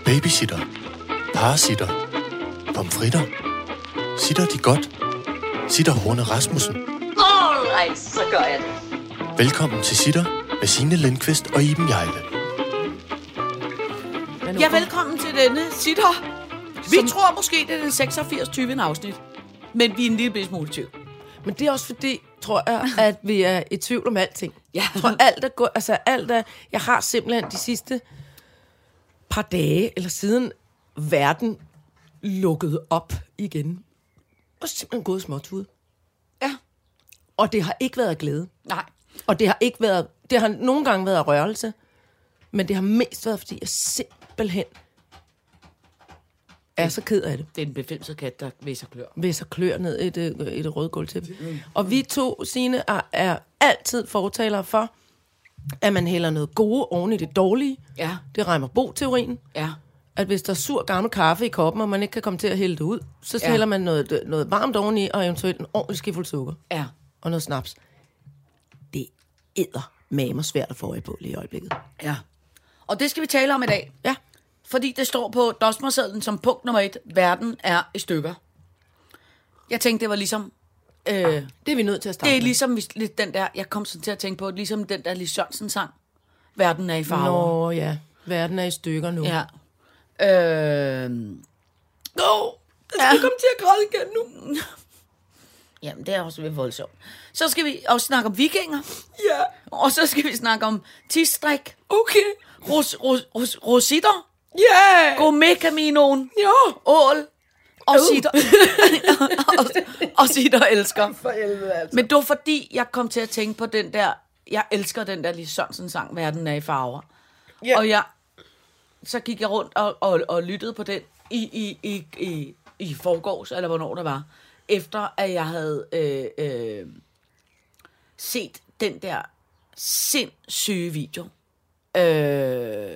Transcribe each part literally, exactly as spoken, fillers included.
Babysitter. Parasitter. Pomfritter. Sitter de godt? Sitter Horne Rasmussen. Alright, så gør jeg det. Velkommen til Sitter med Signe Lindqvist og Iben Hjejle. Ja, velkommen til denne Sitter. Vi Som... tror måske, det er den seksogfirs tyvende afsnit. Men vi er en lille smule i tvivl. Men det er også fordi, tror jeg, at vi er i tvivl om alting. Ja. Jeg tror, alt er gået, altså alt er, jeg har simpelthen de sidste par dage, eller siden verden lukkede op igen, og simpelthen gået småtude. Ja. Og det har ikke været glæde. Nej. Og det har ikke været, det har nogle gange været rørelse, men det har mest været, fordi jeg simpelthen er så ked af det. Det er en befimset kat, der væser klør. Væser klør ned i et, et, et rødt gulvtæppe. Mm. Og vi to, Signe, er, er altid fortalere for, at man hælder noget gode oven i det dårlige. Ja. Det Reimer Bo-teorien. Ja. At hvis der er sur gammel kaffe i koppen, og man ikke kan komme til at hælde det ud, så Ja. hælder man noget, noget varmt oveni, og eventuelt en ordentlig skefuld sukker. Ja. Og noget snaps. Det æder mamer svært at få øje på lige i øjeblikket. Ja. Og det skal vi tale om i dag. Ja. Fordi det står på dosmersedlen som punkt nummer et. Verden er i stykker. Jeg tænkte, det var ligesom... Øh, Det er vi nødt til at starte det er med. ligesom hvis- lidt den der... Jeg kom sådan til at tænke på, ligesom den der Lis Sørensen sang. Verden er i farver. Nå ja, verden er i stykker nu. Ja. Øh... Nå, jeg skal Ja. komme til at græde igen nu. Jamen, det er også lidt voldsomt. Så skal vi også snakke om vikinger. Ja, Og så skal vi snakke om tidsstrik. okay. Ros, ros, ros, rositter. Ja. Gå med, Caminoen. Ja. Ål. Og Øv. sitter. og, og sitter elsker. For helvede, altså. Men det var fordi, jeg kom til at tænke på den der... Jeg elsker den der Lis Sørensen sang, Verden er i farver. Ja. Og jeg... Så gik jeg rundt og, og, og lyttede på den i, i, i, i, i forgårs, eller hvornår det var. Efter at jeg havde øh, øh, set den der sindssyge video. Øh,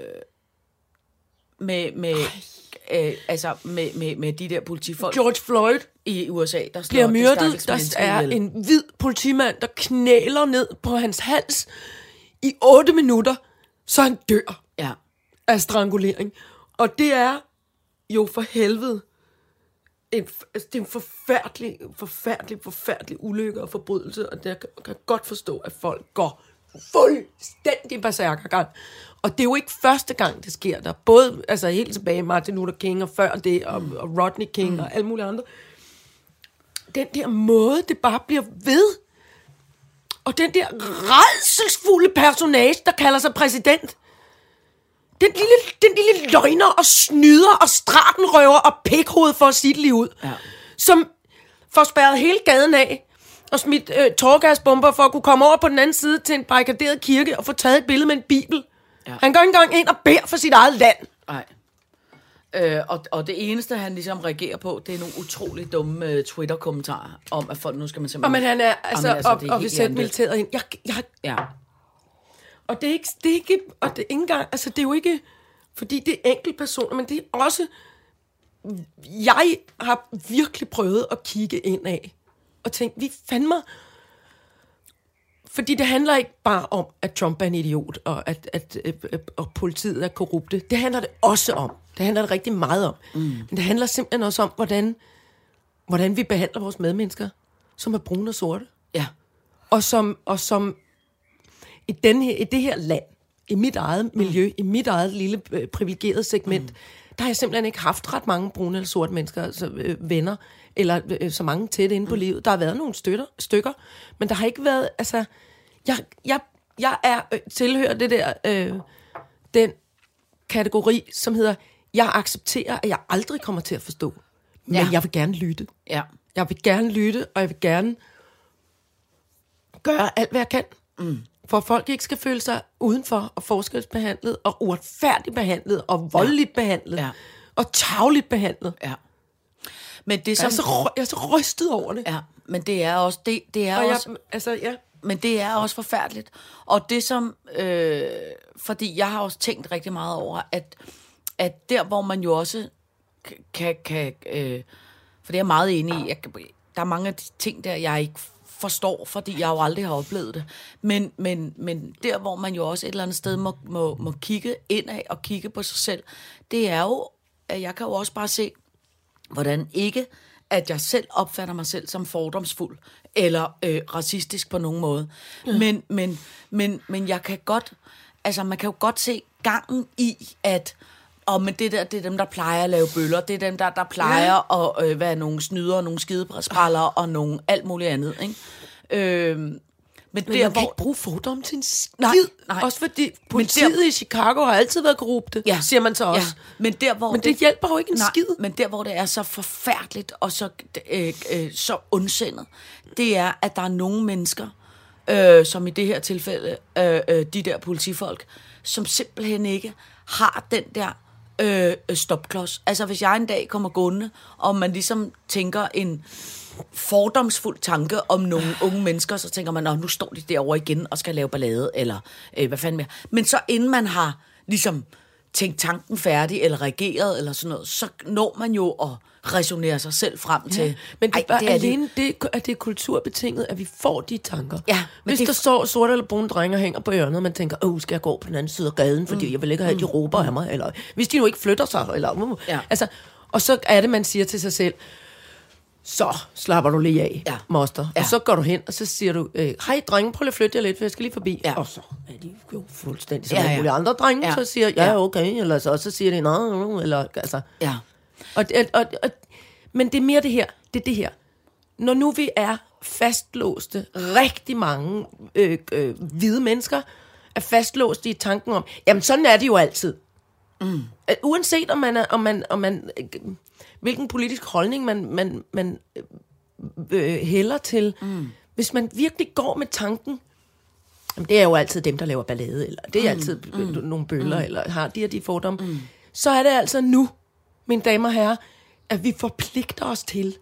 med, med, øh, altså med, med, med de der politifolk George Floyd i U S A, der slår bliver det myrdet. stakkels Der menneske er ihjel. en hvid politimand, der knæler ned på hans hals i otte minutter, så han dør Ja. af strangulering. Og det er jo for helvede en, altså det er en forfærdelig, forfærdelig, forfærdelig ulykke og forbrydelse, og jeg kan, kan godt forstå, at folk går fuldstændig berserkergang. Og det er jo ikke første gang, det sker der. Både altså helt tilbage Martin Luther King og før det, og, og Rodney King mm. og alle mulige andre. Den der måde, det bare bliver ved. Og den der rædselsfulde personage, der kalder sig præsident. Den lille, den lille løgner og snyder og stratenrøver og pikhoved for at sige det lige ud. Ja. Som får spærret hele gaden af og smidt øh, tårgasbomber for at kunne komme over på den anden side til en barrikaderet kirke og få taget et billede med en bibel. Ja. Han går ikke engang ind og beder for sit eget land. Nej. Øh, og, og det eneste, han ligesom reagerer på, det er nogle utrolig dumme øh, Twitter-kommentarer om, at folk nu skal man Og simpelthen... men han er altså, Jamen, altså, og, det er og vil helt sætte hjernedødt. militæret ind. Jeg, jeg, Ja. Og det er ikke, det er ikke, og det er ikke engang, altså det er jo ikke, fordi det er enkeltpersoner, men det er også, jeg har virkelig prøvet at kigge ind af, og tænke, vi fandme, fordi det handler ikke bare om, at Trump er en idiot, og at, at, at, at og politiet er korrupte. Det handler det også om. Det handler det rigtig meget om. Mm. Men det handler simpelthen også om, hvordan, hvordan vi behandler vores medmennesker, som er brune og sorte. Ja. Og som, og som i, den her, i det her land, i mit eget miljø, mm. i mit eget lille øh, privilegeret segment, mm. der har jeg simpelthen ikke haft ret mange brune eller sorte mennesker, altså øh, venner, eller øh, så mange tæt inde på mm. livet. Der har været nogle støtter, stykker, men der har ikke været, altså, jeg, jeg, jeg er øh, tilhører det der, øh, den kategori, som hedder, jeg accepterer, at jeg aldrig kommer til at forstå, men Ja. jeg vil gerne lytte. Ja. Jeg vil gerne lytte, og jeg vil gerne gøre alt, hvad jeg kan. Mm. For at folk ikke skal føle sig udenfor og forskelsbehandlet, og uretfærdigt behandlet, og voldeligt ja. behandlet, Ja. og tarveligt behandlet. Ja. Men det Jeg er, som... så, ry- jeg er så rystet over det. Ja, men det er også... Det, det er Og jeg, også altså, ja. Men det er også forfærdeligt. Og det som... Øh, fordi jeg har også tænkt rigtig meget over, at, at der, hvor man jo også kan... kan øh, for det er jeg meget enig i. Jeg, der er mange af de ting der, jeg ikke forstår, fordi jeg jo aldrig har oplevet det. Men, men, men der, hvor man jo også et eller andet sted må, må, må kigge indad og kigge på sig selv, det er jo, at jeg kan jo også bare se, hvordan ikke, at jeg selv opfatter mig selv som fordomsfuld, eller øh, racistisk på nogen måde. Ja. Men, men, men, men jeg kan godt, altså man kan jo godt se gangen i, at og men det der, det er dem, der plejer at lave bøller, det er dem, der, der plejer ja. at øh, være nogle snyder, nogle skidespraller og nogle alt muligt andet, ikke? Øh, men, men der, jeg kan hvor... ikke bruge fordom til en skid. Nej, nej. Også fordi politiet der... i Chicago har altid været korrupte, ja. siger man så også. Ja. Men, der, hvor men det, det hjælper jo ikke en nej, skid. Men der, hvor det er så forfærdeligt og så, øh, øh, så ondsindet, det er, at der er nogle mennesker, øh, som i det her tilfælde, øh, øh, de der politifolk, som simpelthen ikke har den der øh, stopklods. Altså, hvis jeg en dag kommer gående, og man ligesom tænker en fordomsfuld tanke om nogle unge mennesker, så tænker man, nu står de derovre igen og skal lave ballade, eller øh, hvad fanden mere. Men så inden man har ligesom tænkt tanken færdig, eller reageret, eller sådan noget, så når man jo at resonere sig selv frem til... Ja, men det er bare ej, det er alene, det, at det er kulturbetinget, at vi får de tanker. Ja, Hvis det... der står sorte eller brune drenge og hænger på hjørnet, og man tænker, åh, skal jeg gå på den anden side af gaden, fordi mm. jeg vil ikke have, at de råber af mig, eller hvis de nu ikke flytter sig, eller... Uh, ja. altså, og så er det, man siger til sig selv, så slapper du lige af, ja. moster. Ja. Og så går du hen, og så siger du, øh, hej drenge, prøv lige at flytte jer lidt, for jeg skal lige forbi. Ja. Og så er de jo fuldstændig som ja, ja. alle mulige andre drenge, ja. så siger ja, ja, okay, eller så, så siger de, nej, eller altså... Ja. Og, og, og, og, men det er mere det her, det er det her. Når nu vi er fastlåste, rigtig mange øh, øh, hvide mennesker, er fastlåste i tanken om, jamen sådan er det jo altid. Mm. At, uanset om man, er, om man, om man øh, hvilken politisk holdning man, man, man øh, hælder til, mm. hvis man virkelig går med tanken, jamen det er jo altid dem, der laver ballade, eller det er mm. altid mm. nogle bøller, mm. eller har de her de fordomme, mm. så er det altså nu, mine damer og herrer, at vi forpligter os til,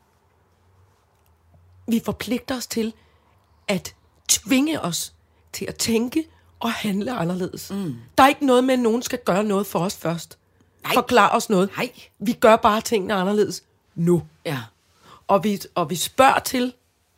vi forpligter os til at tvinge os til at tænke og handle anderledes. Mm. Der er ikke noget med, at nogen skal gøre noget for os først. Nej. Forklar os noget. Nej. Vi gør bare tingene anderledes nu. Ja. Og vi, og vi spørger til,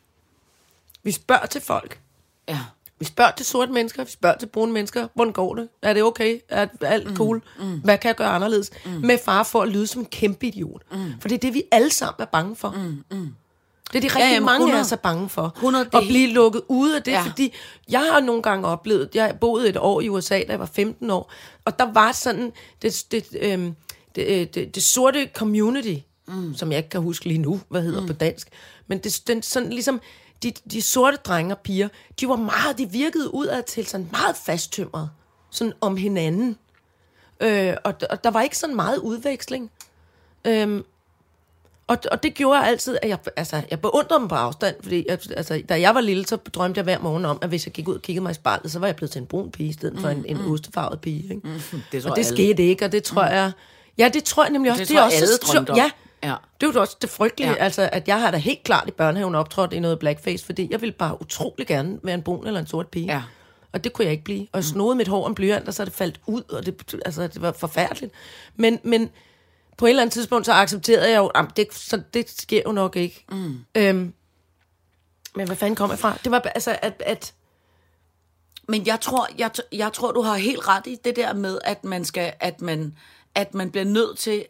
vi spørger til folk. Ja. Vi spørger til sorte mennesker, vi spørger til brune mennesker. Hvordan går det? Er det okay? Er alt cool? Mm. Mm. Hvad kan jeg gøre anderledes? Mm. Med far for at lyde som en kæmpe idiot. Mm. For det er det, vi alle sammen er bange for. Mm. Mm. Det er de rigtig ja, jamen, mange hundrede, af os er bange for. hundrede, at blive lukket ude af det, ja. Fordi jeg har nogle gange oplevet, jeg boede et år i U S A, da jeg var femten år, og der var sådan det, det, øhm, det, det, det sorte community, mm. som jeg ikke kan huske lige nu, hvad hedder mm. på dansk, men det, den, sådan ligesom de, de sorte drenge og piger, de var meget, de virkede udad til sådan meget fasttømret, sådan om hinanden. Øh, og, og der var ikke sådan meget udveksling. Øhm, Og, og det gjorde altid, at jeg, altså, jeg beundrede dem på afstand, fordi jeg, altså, da jeg var lille, så drømte jeg hver morgen om, at hvis jeg gik ud og kiggede mig i spejlet, så var jeg blevet til en brun pige, i stedet for en, en ostefarvet pige. Ikke? Mm, det og det skete ikke, og det tror mm. jeg... Ja, det tror jeg nemlig også. Det, det tror er også alle så, drømte om. Ja, ja, det er jo også det frygtelige, ja. altså, at jeg har da helt klart i børnehaven optrådt i noget blackface, fordi jeg ville bare utrolig gerne være en brun eller en sort pige. Ja. Og det kunne jeg ikke blive. Og jeg snodede mit hår om blyant, og så er det faldt ud, og det, altså, det var forfærdeligt. Men... men på et eller andet tidspunkt, så accepterede jeg jo, at det, så det sker jo nok ikke. Mm. Øhm, men hvad fanden kom jeg fra? Det var altså, at... at men jeg tror, jeg, jeg tror, du har helt ret i det der med, at man skal, at man, at man bliver nødt til,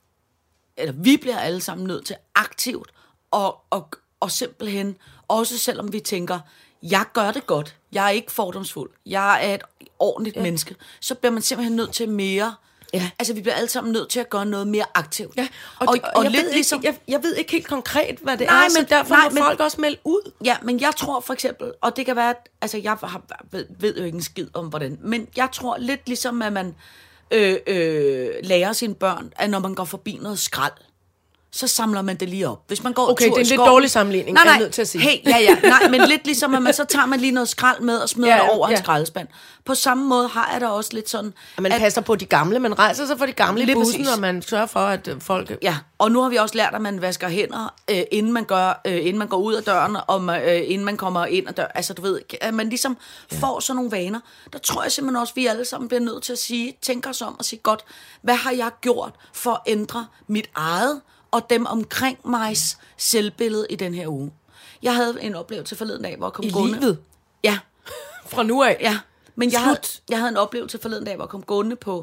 eller vi bliver alle sammen nødt til aktivt, og, og, og simpelthen, også selvom vi tænker, jeg gør det godt, jeg er ikke fordomsfuld, jeg er et ordentligt ja. menneske, så bliver man simpelthen nødt til mere... Ja. Altså, vi bliver alle sammen nødt til at gøre noget mere aktivt. Ja, og, og, og, og jeg, lidt ved ligesom... ikke, jeg, jeg ved ikke helt konkret, hvad det nej, er, men, så derfor nej, må men, folk også melde ud. Ja, men jeg tror for eksempel, og det kan være, at, altså, jeg har, ved, ved jo ikke en skid om, hvordan, men jeg tror lidt ligesom, at man øh, øh, lærer sine børn, at når man går forbi noget skrald, så samler man det lige op. Hvis man går okay, tur det er en lidt skoven, dårlig sammenligning, nej, nej, jeg er nødt til at sige. Hey, ja, ja, nej, men lidt ligesom, at man så tager man lige noget skrald med og smider ja, det over ja. en skraldespand. På samme måde har jeg da også lidt sådan... At man at, passer på de gamle, man rejser sig for de gamle i bussen, præcis. og man sørger for, at folk... Ja, og nu har vi også lært, at man vasker hænder, øh, inden, man gør, øh, inden man går ud af døren, og øh, inden man kommer ind ad døren. Altså, du ved, at man ligesom ja. får sådan nogle vaner. Der tror jeg simpelthen også, at vi alle sammen bliver nødt til at sige, tænke os om og sige, godt, hvad har jeg gjort for at ændre mit eget og dem omkring mig selvbillede i den her uge? Jeg havde en oplevelse forleden dag, hvor jeg kom I gående. livet? Ja. Fra nu af? Ja. Men jeg Slut. havde, jeg havde en oplevelse forleden dag, hvor jeg kom gående på,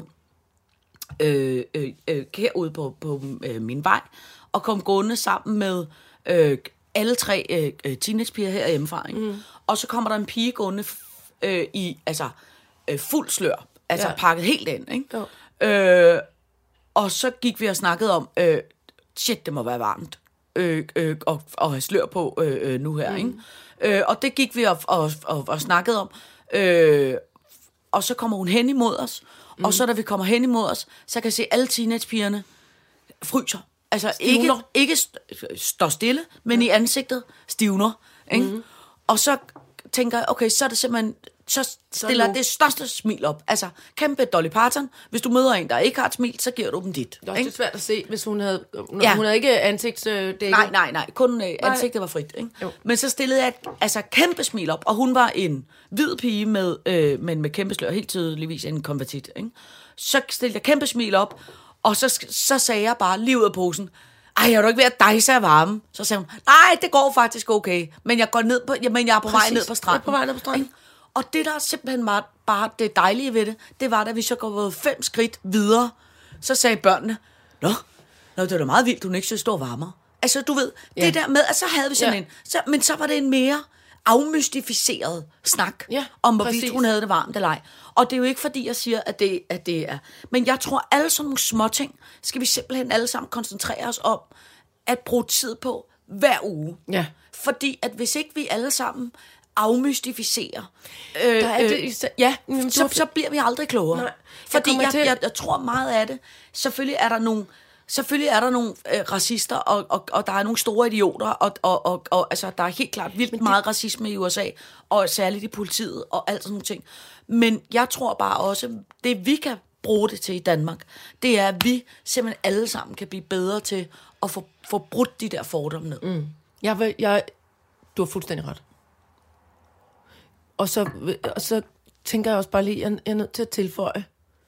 øh, øh, øh, herude på, på øh, min vej, og kom gående sammen med øh, alle tre øh, teenagepiger her hjemmefra. Mm. Og så kommer der en pige gående øh, i altså, øh, fuld slør, altså Ja. pakket helt ind. Ikke? Jo. Øh, og så gik vi og snakkede om, øh, shit, det må være varmt. Øh, øh, og, og have slør på øh, øh, nu her, mm. ikke? Øh, og det gik vi og, og, og, og snakkede om. Øh, og så kommer hun hen imod os. Mm. Og så da vi kommer hen imod os, så kan jeg se, at alle teenagepigerne fryser. Altså ikke, ikke st- står stille, men ja. i ansigtet stivner. Ikke? Mm. Og så tænker jeg, okay, så er det simpelthen... Så stiller så det største smil op. Altså, kæmpe Dolly Parton. Hvis du møder en, der ikke har et smil, så giver du dem dit. Det er også svært at se, hvis hun havde... Ja. Hun havde ikke ansigtsdækket. Nej, nej, nej. Kun øh, ansigtet var frit. Ikke? Men så stillede jeg et altså, kæmpe smil op, og hun var en hvid pige, med, øh, men med kæmpe slør, helt tydeligvis en konvertit. Ikke? Så stillede jeg kæmpe smil op, og så, så sagde jeg bare lige ud af posen, ej, er du ikke ved at dejse af varme? Så sagde hun, nej, det går faktisk okay, men jeg går ned på, jamen, jeg er på Præcis. vej ned på stranden. Jeg er på vej ned på stranden. Ikke? Og det, der simpelthen var bare det dejlige ved det, det var, da vi så går fem skridt videre, så sagde børnene, nå, nå det var da meget vildt, hun ikke så stor varmere. Altså, du ved, ja. det der med, at så havde vi sådan ja. en, så, men så var det en mere afmystificeret snak, ja, om hvorvidt hun havde det varmt eller ej. Og det er jo ikke, fordi jeg siger, at det, at det er. Men jeg tror, alle sådan nogle småting, skal vi simpelthen alle sammen koncentrere os om, at bruge tid på hver uge. Ja. Fordi at hvis ikke vi alle sammen afmystificerer, øh, der er det, øh, ja, så, så bliver vi aldrig klogere. Nej, fordi jeg, jeg, til... jeg, jeg tror meget af det. Selvfølgelig er der nogle, selvfølgelig er der nogle øh, racister, og, og, og der er nogle store idioter, og, og, og, og altså, der er helt klart vildt det... meget racisme i U S A, og særligt i politiet, og alt sådan nogle ting. Men jeg tror bare også, det vi kan bruge det til i Danmark, det er, at vi simpelthen alle sammen kan blive bedre til at få, få brudt de der fordomme ned. Mm. Jeg, vil, jeg, du har fuldstændig ret. Og så, og så tænker jeg også bare lige, at jeg er nødt til at tilføje,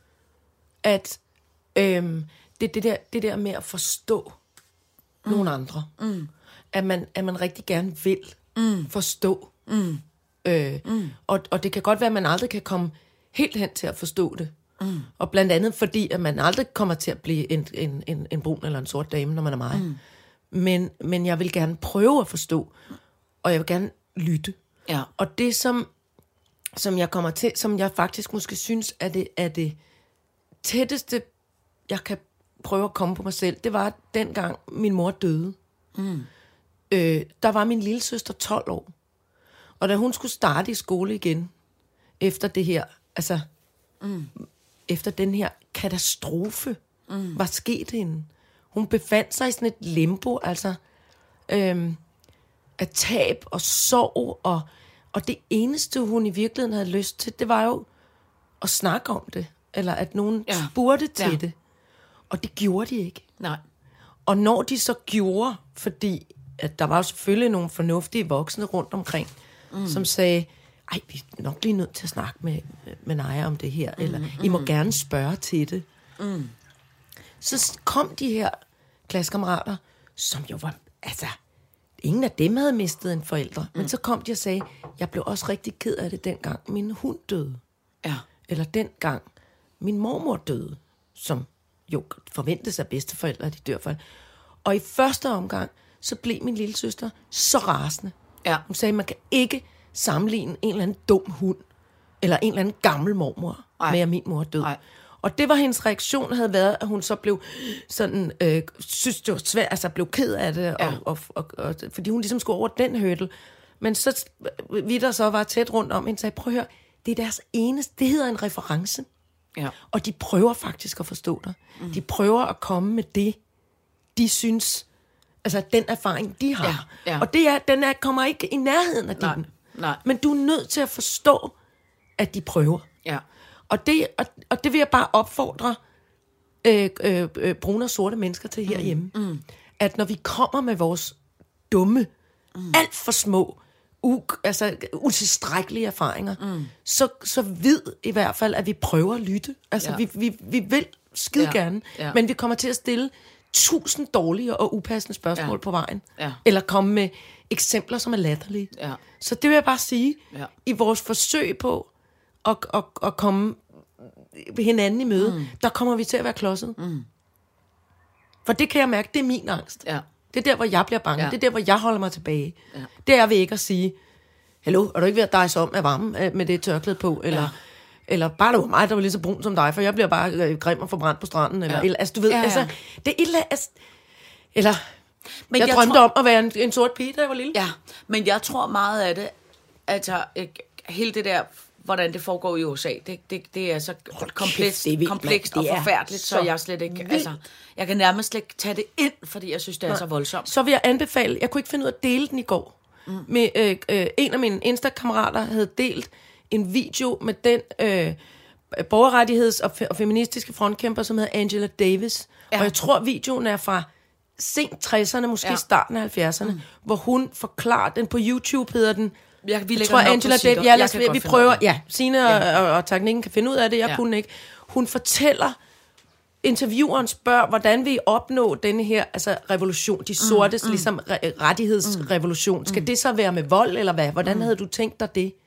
at øhm, det, det, der, det der med at forstå mm. nogle andre, mm. at, man, at man rigtig gerne vil mm. forstå. Mm. Øh, mm. Og, og det kan godt være, at man aldrig kan komme helt hen til at forstå det. Mm. Og blandt andet fordi, at man aldrig kommer til at blive en, en, en, en brun eller en sort dame, når man er mig. Mm. Men, men jeg vil gerne prøve at forstå, og jeg vil gerne lytte. Ja. Og det, som, som jeg kommer til, som jeg faktisk måske synes, er det, er det tætteste, jeg kan prøve at komme på mig selv, det var dengang min mor døde. Mm. Øh, der var min lille søster tolv år. Og da hun skulle starte i skole igen, efter det her, altså, mm. efter den her katastrofe, mm. var sket hende. Hun befandt sig i sådan et limbo, altså, øhm, af tab og sorg, og, og det eneste, hun i virkeligheden havde lyst til, det var jo at snakke om det, eller at nogen ja. spurgte til ja. det. Og det gjorde de ikke. Nej. Og når de så gjorde, fordi at der var jo selvfølgelig nogle fornuftige voksne rundt omkring, mm. som sagde, ej, vi er nok lige nødt til at snakke med, med Naja om det her, mm, eller I må mm. gerne spørge til det. Mm. Så kom de her klassekammerater, som jo var, altså, ingen af dem havde mistet en forælder, mm. men så kom de og sagde, jeg blev også rigtig ked af det, dengang min hund døde. Ja. Eller dengang min mormor døde, som jo forventes af bedsteforældre, at de dør for det. Og i første omgang, så blev min lille søster så rasende. Ja. Hun sagde, man kan ikke sammenligne en eller anden dum hund, eller en eller anden gammel mormor, Ej. med at min mor død. Ej. Og det var hendes reaktion, havde været, at hun så blev sådan, øh, synes det var svært, altså blev ked af det, ja. og, og, og, og, fordi hun ligesom skulle over den hurdle. Men så, vi der så var tæt rundt om hende, sagde, prøv at høre, det er deres eneste, det hedder en reference. Ja. Og de prøver faktisk at forstå dig. Mm. De prøver at komme med det, de synes, altså den erfaring, de har. Ja. Ja. Og det er, den er, kommer ikke i nærheden af din. Nej. Nej. Men du er nødt til at forstå, at de prøver. Ja. Og det, og, og det vil jeg bare opfordre øh, øh, øh, brune og sorte mennesker til herhjemme. Mm. Mm. At når vi kommer med vores dumme, mm. alt for små, u, altså utilstrækkelige erfaringer, mm. så, så vid i hvert fald, at vi prøver at lytte. Altså, ja. vi, vi, vi vil skide ja. gerne, ja. men vi kommer til at stille tusind dårlige og upassende spørgsmål Ja. på vejen. Ja. Eller komme med eksempler, som er latterlige. Ja. Så det vil jeg bare sige, Ja. i vores forsøg på at, at, at komme hinanden i møde, mm. der kommer vi til at være klodset. Mm. For det kan jeg mærke, det er min angst. Ja. Det er der, hvor jeg bliver bange. Ja. Det er der, hvor jeg holder mig tilbage. Ja. Det er ved ikke at sige, hallo, er du ikke ved at dejse om af varme med det tørklæde på? Eller, Ja. eller bare det var mig, der var lige så brun som dig, for jeg bliver bare øh, grim og forbrændt på stranden. Eller, Ja. eller, altså, du ved, Ja, ja. altså, det er et eller andet... Altså, eller, Men jeg, jeg drømte tror- om at være en, en sort pige, da jeg var lille. Ja, men jeg tror meget af det, altså ikke, hele det der, hvordan det foregår i U S A, det, det, det er så komplekst, det er vildt, komplekst mand. og Det er forfærdeligt, så, så jeg slet ikke, vildt. altså, jeg kan nærmest slet ikke tage det ind, fordi jeg synes, det er så voldsomt. Så vil jeg anbefale, jeg kunne ikke finde ud af at dele den i går. Mm. Med, øh, øh, en af mine Insta-kammerater havde delt en video med den øh, borgerrettigheds- og, fe- og feministiske frontkæmper, som hedder Angela Davis. Ja. Og jeg tror, videoen er fra sent tresserne, måske Ja. starten af halvfjerdserne, mm. hvor hun forklarer, den på YouTube hedder den, Jeg, vi jeg lægger tror, den op Angela på Sitter. Davis, ja, Jeg lad os, kan vi, godt vi finde prøver, ud af det. ja, Signe Ja. og, og, og Teknikken kan finde ud af det, jeg Ja. kunne ikke. Hun fortæller, intervieweren spørger, hvordan vil I opnå denne her altså revolution, de sortes mm, mm. ligesom re- rettighedsrevolution. Skal mm. det så være med vold, eller hvad? Hvordan mm. havde du tænkt dig det?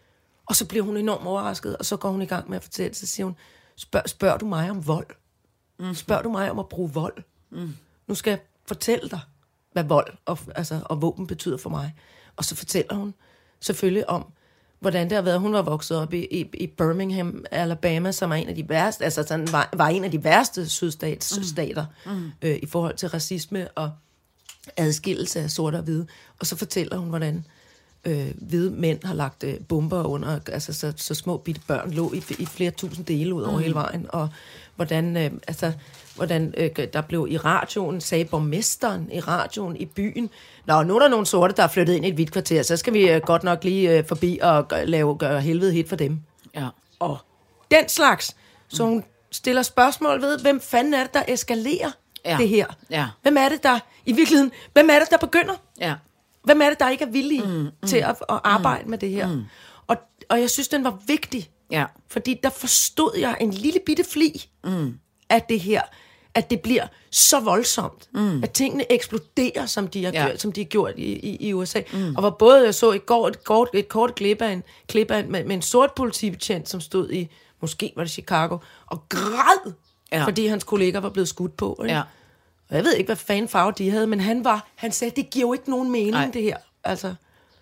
Og så bliver hun enormt overrasket, og så går hun i gang med at fortælle, så siger hun, Spørg, spørger du mig om vold? Mm. Spørger du mig om at bruge vold? Mm. Nu skal jeg fortælle dig, hvad vold og, altså, og våben betyder for mig. Og så fortæller hun selvfølgelig om, hvordan det har været. Hun var vokset op i, i, i Birmingham, Alabama, som er en af de værste, altså sådan var, var en af de værste sydstater mm. mm. øh, i forhold til racisme og adskillelse af sorte og hvide. Og så fortæller hun, hvordan øh, hvide mænd har lagt øh, bomber under, altså så, så små bitte børn lå i, i flere tusind dele ud over mm. hele vejen, og hvordan, øh, altså, hvordan øh, der blev i radioen, sagde borgmesteren i radioen i byen, nå, nu er der nogle sorte, der er flyttet ind i et hvidt kvarter, så skal vi øh, godt nok lige øh, forbi og gøre, lave, gøre helvede hit for dem. Ja. Og den slags. Så hun stiller spørgsmål ved, hvem fanden er det, der eskalerer Ja. det her? Ja. Hvem er det, der, i virkeligheden, hvem er det, der begynder? Ja. Hvem er det, der ikke er villige mm, mm, til at, at arbejde mm, med det her? Mm. Og, og jeg synes, den var vigtig. Ja. Fordi der forstod jeg en lille bitte fli mm. af det her, at det bliver så voldsomt, mm. at tingene eksploderer, som de har, Ja. gjort, som de har gjort i, i, i U S A. Mm. Og hvor både jeg så et, går, et, kort, et kort klip af en, klip af en med, med en sort politibetjent, som stod i, måske var det Chicago, og græd, Ja. fordi hans kolleger var blevet skudt på. Ikke? Ja. Og jeg ved ikke, hvad fanden farve de havde, men han var, han sagde, det giver jo ikke nogen mening, Nej. det her. Altså,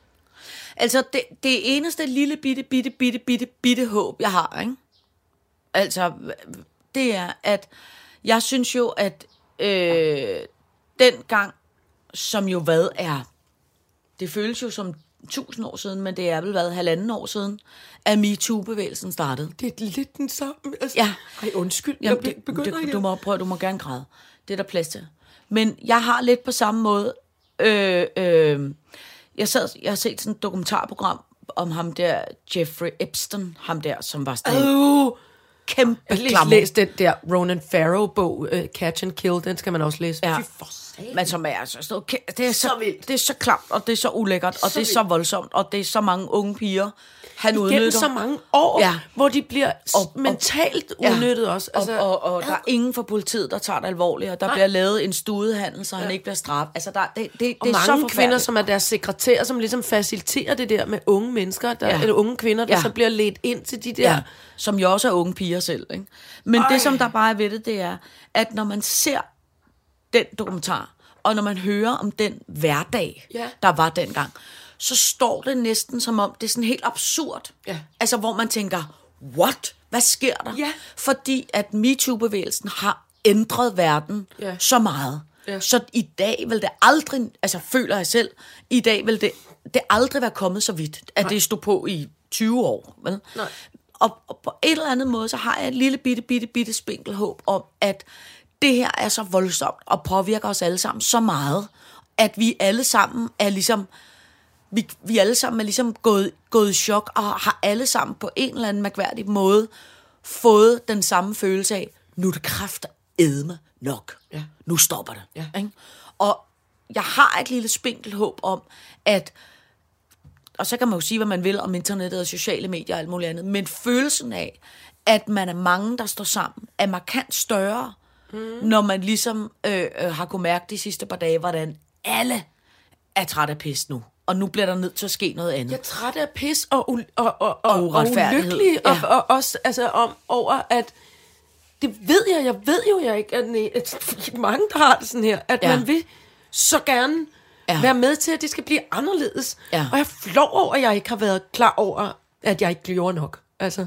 Altså, det, det eneste lille bitte, bitte, bitte, bitte, bitte håb, jeg har, ikke? Altså, det er, at jeg synes jo, at øh, den gang, som jo hvad er, det føles jo som tusind år siden, men det er vel været halvanden år siden, at MeToo-bevægelsen startede. det er lidt den samme. Altså, Ja. Ej, undskyld, Jamen, jeg det, begynder det, igen. du må prøve, du må gerne græde. Det er der plads til. Men jeg har lidt på samme måde. Øh, øh, jeg, sad, jeg har set sådan et dokumentarprogram om ham der, Jeffrey Epstein, ham der, som var sådan en Uh, kæmpe jeg har læst, klammer. læst den der Ronan Farrow-bog, uh, Catch and Kill, den skal man også læse. Ja. Fy for satan. Men som er altså sådan noget, kæ- det er så, Så vildt. det er så klamt, og det er så ulækkert, og det er så voldsomt, og det er så mange unge piger, han Gennem udnytter. så mange år, Ja. hvor de bliver Og- og, mentalt Ja. udnyttet også. Altså, og, og, og der er ingen fra politiet, der tager det alvorligt, og der Nej. bliver lavet en studehandel, så han ikke bliver straffet. Altså, der, det, det, det og er så mange forfærdeligt. kvinder, som er deres sekretærer, som ligesom faciliterer det der med unge mennesker, der, Ja. eller unge kvinder, der Ja. så bliver ledt ind til de der... Ja, som jo også er unge piger selv. Ikke? Men Ej. det, som der bare er ved det, det er, at når man ser den dokumentar, og når man hører om den hverdag, Ja. der var dengang, så står det næsten som om, det er sådan helt absurd. Ja. Altså, hvor man tænker, what? Hvad sker der? Ja. Fordi at MeToo-bevægelsen har ændret verden Ja. så meget. Ja. Så i dag vil det aldrig, altså føler jeg selv, i dag vil det, det aldrig være kommet så vidt, at Nej. det stod på i tyve år. Vel? Nej. Og, og på et eller andet måde, så har jeg et lille bitte, bitte, bitte spinkel håb om, at det her er så voldsomt og påvirker os alle sammen så meget, at vi alle sammen er ligesom, vi, vi alle sammen er ligesom gået, gået i chok, og har alle sammen på en eller anden mærkværdig måde fået den samme følelse af, nu er det kraftedme nok. Ja. Nu stopper det. Ja. Ikke? Og jeg har et lille spinkelt håb om, at, og så kan man jo sige, hvad man vil om internettet og sociale medier og alt muligt andet, men følelsen af, at man er mange, der står sammen, er markant større, mm. når man ligesom øh, øh, har kunnet mærke de sidste par dage, hvordan alle er træt af pis nu. Og nu bliver der nødt til at ske noget andet. Jeg er træt af pis og, u- og, og, og, Og uretfærdighed. og ulykkelig. Ja. Og, og også altså, om, over, at det ved jeg, jeg ved jo jeg ikke, at, at mange, der har det sådan her, at Ja. man vil så gerne Ja. være med til, at det skal blive anderledes. Ja. Og jeg er flov over, at jeg ikke har været klar over, at jeg ikke gjorde nok. Altså,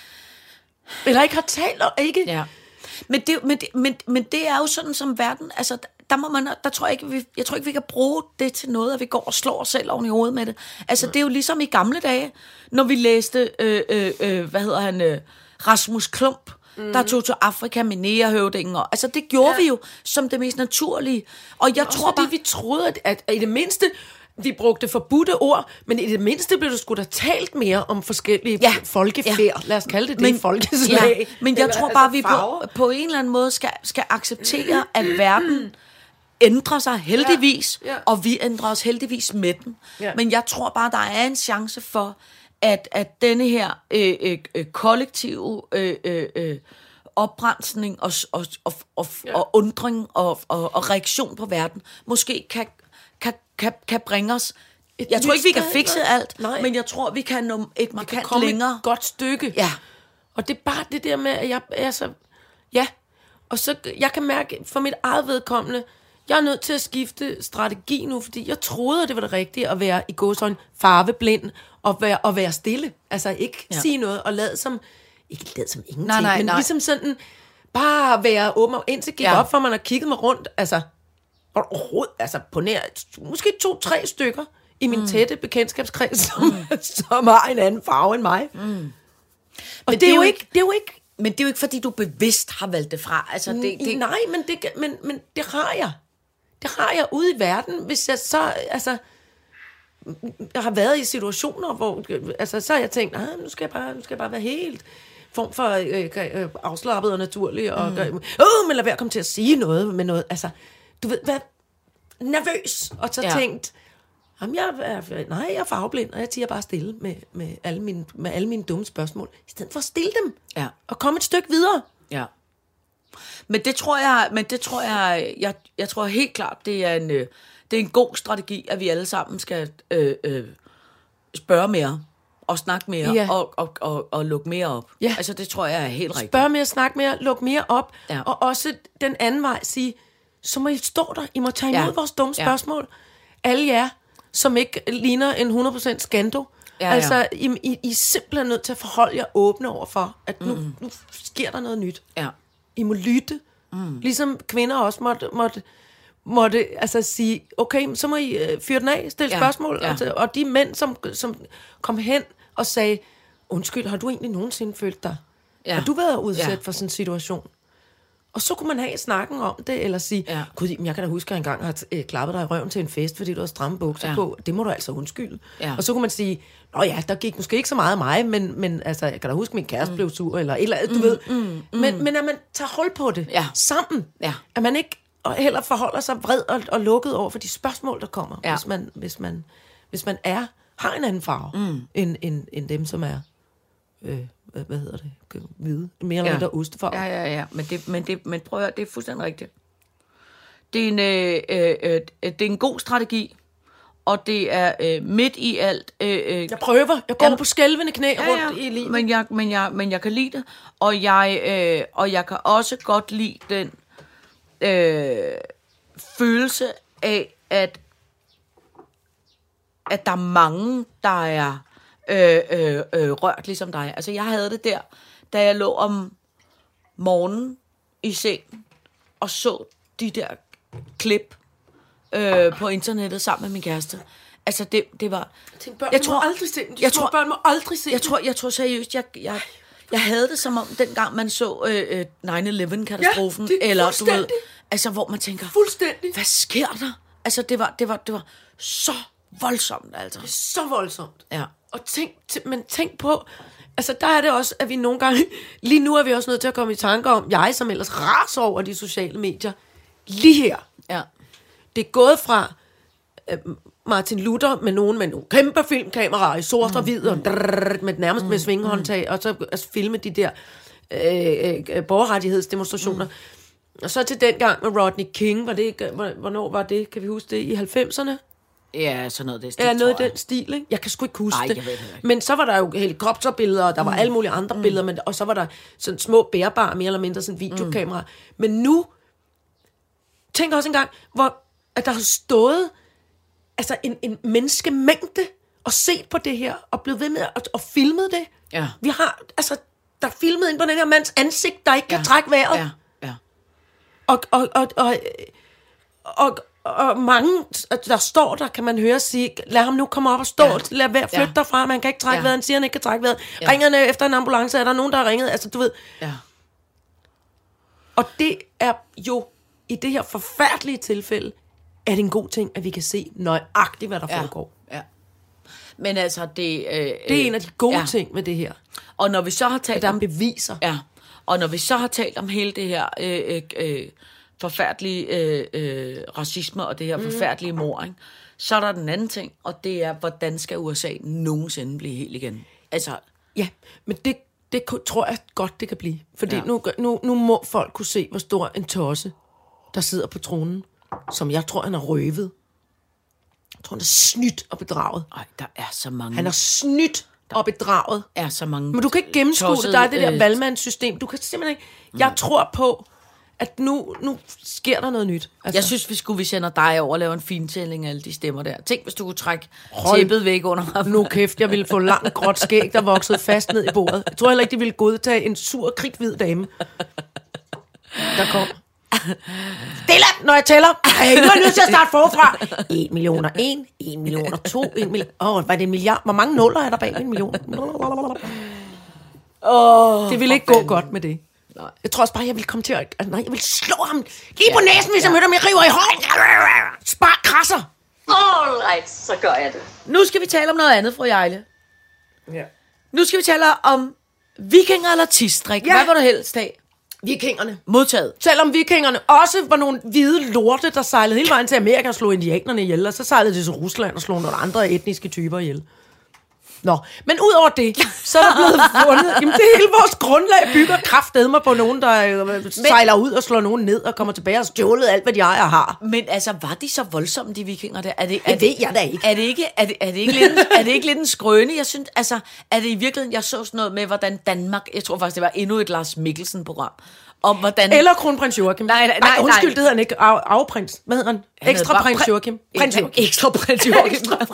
eller ikke har talt og ikke... Ja. Men det, men, det, men, men det er jo sådan som verden, altså der må man, der tror jeg ikke, vi, jeg tror ikke, vi kan bruge det til noget, at vi går og slår os selv oven i hovedet med det. Altså det er jo ligesom i gamle dage, når vi læste, øh, øh, øh, hvad hedder han, øh, Rasmus Klump, mm. der tog til Afrika med Negerhøvdingen, og altså det gjorde ja. vi jo som det mest naturlige. Og jeg Også tror fordi bare, vi troede, at, at, at i det mindste, vi brugte forbudte ord, men i det mindste blev der sgu da talt mere om forskellige Ja. folkefærd. Ja. Lad os kalde det det, men, folkeslag. Ja, men jeg Eller, tror altså, bare, vi farver. på, på en eller anden måde skal, skal acceptere, at verden ændrer sig heldigvis, Ja. Ja. og vi ændrer os heldigvis med den. Ja. Men jeg tror bare, der er en chance for, at, at denne her øh, øh, øh, kollektive øh, øh, øh, oprensning og, og, og, og, Ja. og undring og, og, og reaktion på verden måske kan, kan, kan, kan bringe os. Et Jeg tror nyt ikke, vi kan sted, fikse nej. alt, Nej. men jeg tror, vi kan nå et kan markant komme længere. et godt stykke. Ja. Og det er bare det der med, at jeg er så... Ja, og så jeg kan mærke for mit eget vedkommende, jeg er nødt til at skifte strategi nu, fordi jeg troede, at det var det rigtige at være i gåseøjne farveblind og være, og være stille. Altså ikke Ja. sige noget og lade som... Ikke lade som ingenting, Nej, nej, men nej. ligesom sådan... Bare være åben, og indtil gik Ja. op for, man har kigget mig rundt, altså... Overhovedet, altså på nær... Måske to-tre stykker i min mm. tætte bekendtskabskreds, som, mm. som har en anden farve end mig. Mm. Og det, det, er jo ikke, det er jo ikke... Men det er jo ikke, fordi du bevidst har valgt det fra. Altså, det, det, Nej, men det, men, men det har jeg. Det har jeg ude i verden, hvis jeg så... Altså, jeg har været i situationer, hvor... Altså, så har jeg tænkt, nu skal jeg bare, nu skal jeg bare være helt form for øh, øh, afslappet og naturlig. Og, mm. øh, men lad være at komme til at sige noget med noget. Altså, du ved, hvad... Nervøs. Og så Ja. tænkt... Jamen, jeg er, nej, jeg er farveblind, og jeg tiger bare stille med, med, alle mine, med alle mine dumme spørgsmål, i stedet for at stille dem, Ja. og komme et stykke videre. Ja. Men det tror jeg, men det tror jeg, jeg, jeg tror helt klart, det er en, øh, det er en god strategi, at vi alle sammen skal øh, øh, spørge mere, og snakke mere, Ja. og, og, og, og lukke mere op. Ja. Altså, det tror jeg er helt rigtigt. Spørg mere, snak mere, luk mere op, Ja. og også den anden vej sige, så må I stå der, I må tage imod Ja. vores dumme Ja. spørgsmål. Alle jer, som ikke ligner en hundrede procent skando. Ja, ja. Altså, I, I, I er simpelthen nødt til at forholde jer åbne over for, at nu, mm. nu sker der noget nyt. Ja. I må lytte. Mm. Ligesom kvinder også måtte, måtte, måtte altså sige, okay, så må I øh, fyre den af, stille Ja, spørgsmål. ja. Og, til, og de mænd, som, som kom hen og sagde, undskyld, har du egentlig nogensinde følt dig? Ja. Har du været udsat Ja. for sådan en situation? Og så kunne man have snakken om det, eller sige, Ja. gud, men jeg kan da huske, at jeg engang har øh, klappet dig i røven til en fest, fordi du har stramme bukser Ja. på. Det må du altså undskylde. Ja. Og så kunne man sige, nå ja, der gik måske ikke så meget af mig, men, men altså, jeg kan da huske, at min kæreste mm. blev sur, eller et eller andet, du mm, ved. Mm, mm. Men, men at man tager hold på det Ja. sammen. Ja. At man ikke og heller forholder sig vred og, og lukket over for de spørgsmål, der kommer, Ja. hvis, man, hvis, man, hvis man er, har en anden farve, mm. end, end, end dem, som er... Øh, hvad, hvad hedder det? Hvide. Mere eller Ja. mindre ostefarve. Ja, ja, ja. Men, det, men, det, men prøv at høre, det er fuldstændig rigtigt. Det er en, øh, øh, øh, det er en god strategi, og det er øh, midt i alt... Øh, øh, Jeg prøver. Jeg går Jamen- på skælvende knæ ja, rundt ja, i livet. men jeg, men, jeg, men jeg kan lide det, og jeg, øh, og jeg kan også godt lide den øh, følelse af, at, at der er mange, der er øh, øh, øh, rørt ligesom dig. Altså, jeg havde det der, da jeg lå om morgenen i seng og så de der klip øh, på internettet sammen med min kæreste. Altså, det, det var... Tænk, børn jeg må tror- aldrig se den. De jeg små tror- børn må aldrig se Jeg tror, jeg tror seriøst, jeg, jeg, jeg havde det som om, dengang man så øh, øh, nine eleven-katastrofen, Ja, det er eller du ved, fuldstændig. altså, hvor man tænker, fuldstændig. hvad sker der? Altså, det var, det var, det var så voldsomt, altså. Så voldsomt. Ja. Og tænk, t- men tænk på, altså der er det også, at vi nogle gange, lige nu er vi også nødt til at komme i tanker om, jeg som ellers raser over de sociale medier, lige her, Ja. det er gået fra øh, Martin Luther med nogen med nogle kæmpe filmkameraer i sort og hvid, og drrrr, med nærmest med svingehåndtag, og så altså, filme de der øh, øh, borgerrettighedsdemonstrationer. Og så til den gang med Rodney King, var det, hvornår var det, kan vi huske det, i halvfemserne? Ja, sådan noget det stil, Ja, noget i den stil, ikke? Jeg kan sgu ikke huske Ej, det. jeg ved det ikke. Men så var der jo helikopterbilleder, og der var mm. alle mulige andre mm. billeder, men, og så var der sådan små bærbare, mere eller mindre sådan videokameraer. Mm. Men nu, tænk også engang, hvor at der har stået altså en, en menneskemængde og set på det her, og blevet ved med at og filmet det. Ja. Vi har, altså, der er filmet ind på den her mands ansigt, der ikke ja. kan trække vejret. Ja, ja. Og, og, og, og, og, og mange, der står der, kan man høre sige, lad ham nu komme op og stå, ja. lad være flytte ja. derfra, man kan ikke trække ja. vejret, han siger, han ikke kan trække vejret. Ja. Ringer han efter en ambulance, er der nogen, der har ringet, altså du ved. Ja. Og det er jo, i det her forfærdelige tilfælde, er det en god ting, at vi kan se nøjagtigt, hvad der ja. foregår. Ja. Men altså, det... Øh, det er en af de gode ja. ting med det her. Og når vi så har talt at der er om... beviser. Ja. Og når vi så har talt om hele det her øh, øh, forfærdelige øh, øh, racisme og det her mm. forfærdelige mord, ikke? Så er der den anden ting, og det er, hvordan skal U S A nogensinde blive helt igen? Altså... Ja, men det, det tror jeg godt, det kan blive. Fordi ja. nu, nu, nu må folk kunne se, hvor stor en tosse, der sidder på tronen, som jeg tror, han har røvet. Jeg tror, han er snydt og bedraget. Ej, der er så mange... Han er snydt og bedraget. Er så mange... Men du kan ikke gennemskue det. Der er det der øh... valgmandssystem. Du kan simpelthen ikke... Jeg tror på, at nu, nu sker der noget nyt. Altså... Jeg synes, vi skulle vi sender dig over og lave en fintælling af alle de stemmer der. Tænk, hvis du kunne trække tæppet væk under ham. Nu kæft, jeg ville få langt gråt skæg, der voksede fast ned i bordet. Jeg tror heller ikke, de ville godtage en sur, kridhvid dame. Der kom... Stille, når jeg tæller. Ej, nu er jeg nødt til at starte forfra. En million og en, en million og to, en million... Åh, oh, var det en milliard? Hvor mange nuller er der bag en million? Oh, det ville ikke gå godt med det. Nej. Jeg tror også bare, jeg ville komme til at... Altså, nej, jeg ville slå ham lige på næsen, hvis jeg mødte ham. Jeg river i hånden. Spar krasser. All right, så gør jeg det. Nu skal vi tale om noget andet, fru Jejle. Ja. Nu skal vi tale om vikinger eller tidsstrik. Ja. Hvad var du helst af? Vikingerne. Modtaget. Selvom vikingerne også var nogle hvide lorte, der sejlede hele vejen til Amerika og slog indianerne ihjel, og så sejlede de til Rusland og slog nogle andre etniske typer ihjel. Nå, men ud over det, så er der blevet fundet... Jamen, det hele vores grundlag bygger kraftedme på nogen, der øh, sejler ud og slår nogen ned og kommer tilbage og stjålet alt, hvad de ejer har. Men altså, var de så voldsomme, de vikinger der? Er det, er det ved jeg da ikke. Er det ikke, er det, er det ikke, lidt, er det ikke lidt en skrøne? Jeg synes, altså, er det i virkeligheden... Jeg så sådan noget med, hvordan Danmark... Jeg tror faktisk, det var endnu et Lars Mikkelsen-program. Om hvordan... Eller kronprins Joachim. Nej, nej, nej. Ej, undskyld, det hedder han ikke. Af, afprins. Hvad hedder han? han Ekstra prins Joachim. Prins Joachim. Ekstra prins Joachim.